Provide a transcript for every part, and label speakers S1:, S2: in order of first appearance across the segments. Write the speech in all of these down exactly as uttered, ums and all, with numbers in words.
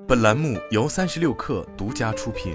S1: 本栏目由三十六氪独家出品。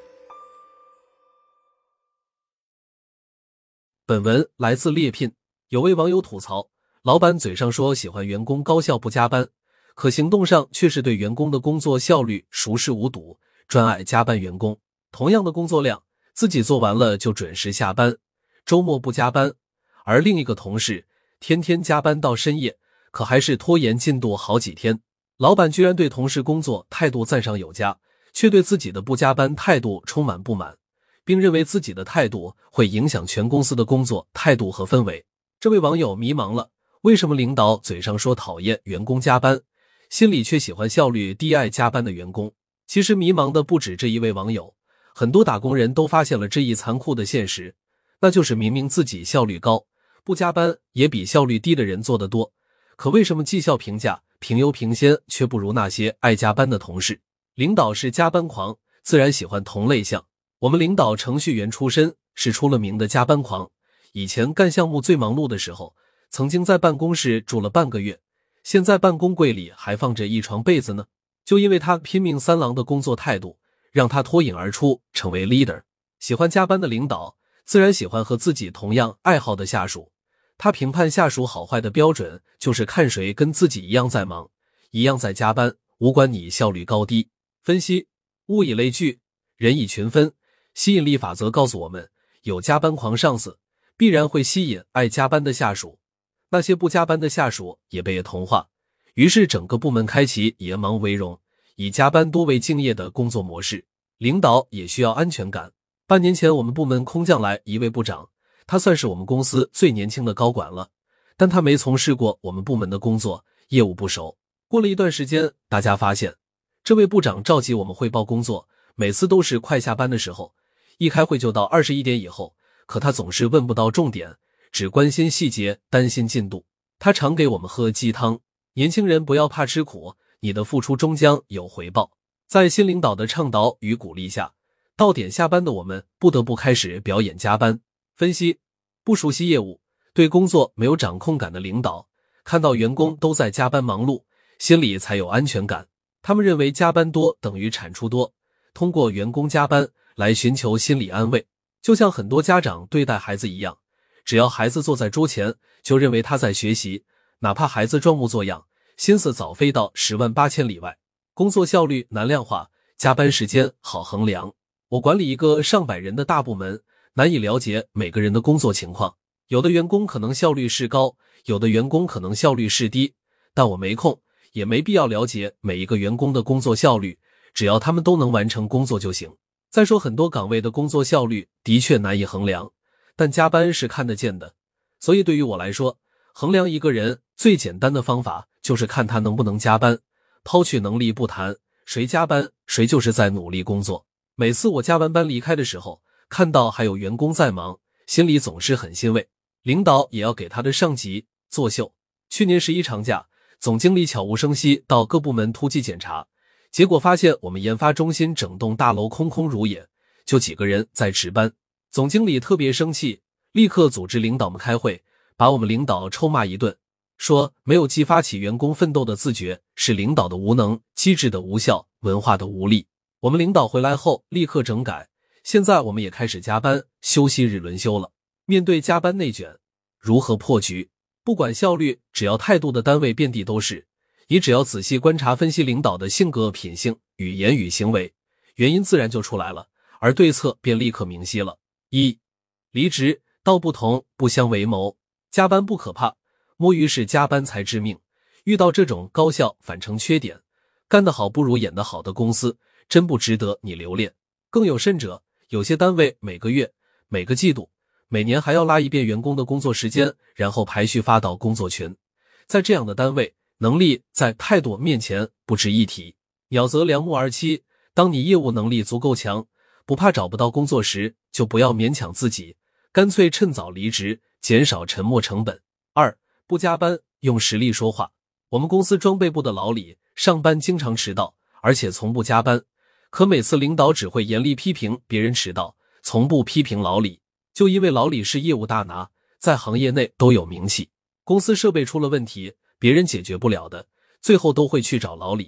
S2: 本文来自猎聘。有位网友吐槽，老板嘴上说喜欢员工高效不加班，可行动上却是对员工的工作效率熟视无睹，专爱加班员工。同样的工作量，自己做完了就准时下班，周末不加班，而另一个同事天天加班到深夜，可还是拖延进度好几天。老板居然对同事工作态度赞赏有加，却对自己的不加班态度充满不满，并认为自己的态度会影响全公司的工作态度和氛围。这位网友迷茫了，为什么领导嘴上说讨厌员工加班，心里却喜欢效率低爱加班的员工？其实迷茫的不止这一位网友，很多打工人都发现了这一残酷的现实，那就是明明自己效率高，不加班也比效率低的人做得多，可为什么绩效评价评优评先却不如那些爱加班的同事？领导是加班狂，自然喜欢同类项。我们领导程序员出身，是出了名的加班狂。以前干项目最忙碌的时候，曾经在办公室住了半个月，现在办公柜里还放着一床被子呢。就因为他拼命三郎的工作态度，让他脱颖而出，成为 leader。 喜欢加班的领导，自然喜欢和自己同样爱好的下属。他评判下属好坏的标准，就是看谁跟自己一样在忙，一样在加班，无关你效率高低。分析：物以类聚，人以群分。吸引力法则告诉我们，有加班狂上司，必然会吸引爱加班的下属，那些不加班的下属也被同化。于是整个部门开启以忙为荣，以加班多为敬业的工作模式。领导也需要安全感。半年前我们部门空降来一位部长，他算是我们公司最年轻的高管了，但他没从事过我们部门的工作，业务不熟。过了一段时间，大家发现这位部长召集我们汇报工作，每次都是快下班的时候，一开会就到二十一点以后，可他总是问不到重点，只关心细节，担心进度。他常给我们喝鸡汤，年轻人不要怕吃苦，你的付出终将有回报。在新领导的倡导与鼓励下，到点下班的我们不得不开始表演加班。分析：不熟悉业务，对工作没有掌控感的领导，看到员工都在加班忙碌，心里才有安全感。他们认为加班多等于产出多，通过员工加班来寻求心理安慰。就像很多家长对待孩子一样，只要孩子坐在桌前，就认为他在学习，哪怕孩子装模作样，心思早飞到十万八千里外。工作效率难量化，加班时间好衡量。我管理一个上百人的大部门，难以了解每个人的工作情况，有的员工可能效率是高，有的员工可能效率是低，但我没空，也没必要了解每一个员工的工作效率，只要他们都能完成工作就行。再说很多岗位的工作效率的确难以衡量，但加班是看得见的，所以对于我来说，衡量一个人最简单的方法就是看他能不能加班，抛去能力不谈，谁加班谁就是在努力工作。每次我加完班离开的时候，看到还有员工在忙，心里总是很欣慰。领导也要给他的上级作秀。去年十一长假，总经理悄无声息到各部门突击检查，结果发现我们研发中心整栋大楼空空如也，就几个人在值班。总经理特别生气，立刻组织领导们开会，把我们领导臭骂一顿，说没有激发起员工奋斗的自觉，是领导的无能，机制的无效，文化的无力。我们领导回来后立刻整改，现在我们也开始加班，休息日轮休了。面对加班内卷，如何破局？不管效率，只要态度的单位遍地都是。你只要仔细观察分析领导的性格、品性与言语行为，原因自然就出来了，而对策便立刻明晰了。一、离职，道不同不相为谋。加班不可怕，摸鱼是加班才致命。遇到这种高效反成缺点，干得好不如演得好的公司，真不值得你留恋。更有甚者，有些单位每个月、每个季度、每年还要拉一遍员工的工作时间，然后排序发到工作群。在这样的单位，能力在态度面前不值一提。鸟择良木而栖，当你业务能力足够强，不怕找不到工作时，就不要勉强自己，干脆趁早离职，减少沉没成本。二、不加班，用实力说话。我们公司装备部的老李上班经常迟到，而且从不加班，可每次领导只会严厉批评别人迟到，从不批评老李。就因为老李是业务大拿，在行业内都有名气，公司设备出了问题，别人解决不了的，最后都会去找老李，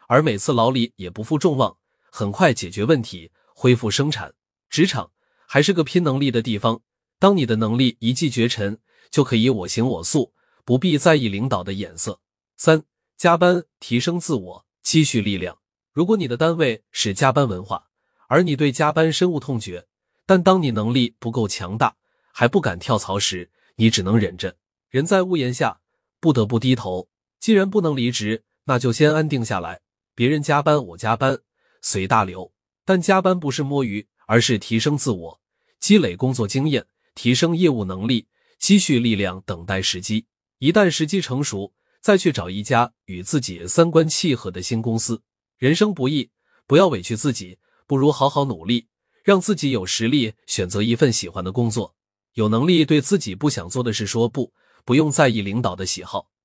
S2: 而每次劳力也不负众望，很快解决问题，恢复生产。职场还是个拼能力的地方，当你的能力一骑绝尘，就可以我行我素，不必在意领导的眼色。三、加班提升自我，积蓄力量。如果你的单位是加班文化，而你对加班深恶痛绝，但当你能力不够强大，还不敢跳槽时，你只能忍着。人在屋檐下，不得不低头。既然不能离职，那就先安定下来。别人加班我加班，随大流。但加班不是摸鱼，而是提升自我，积累工作经验，提升业务能力，积蓄力量，等待时机。一旦时机成熟，再去找一家与自己三观契合的新公司。人生不易，不要委屈自己，不如好好努力，让自己有实力选择一份喜欢的工作，有能力对自己不想做的事说不，不用在意领导的喜好。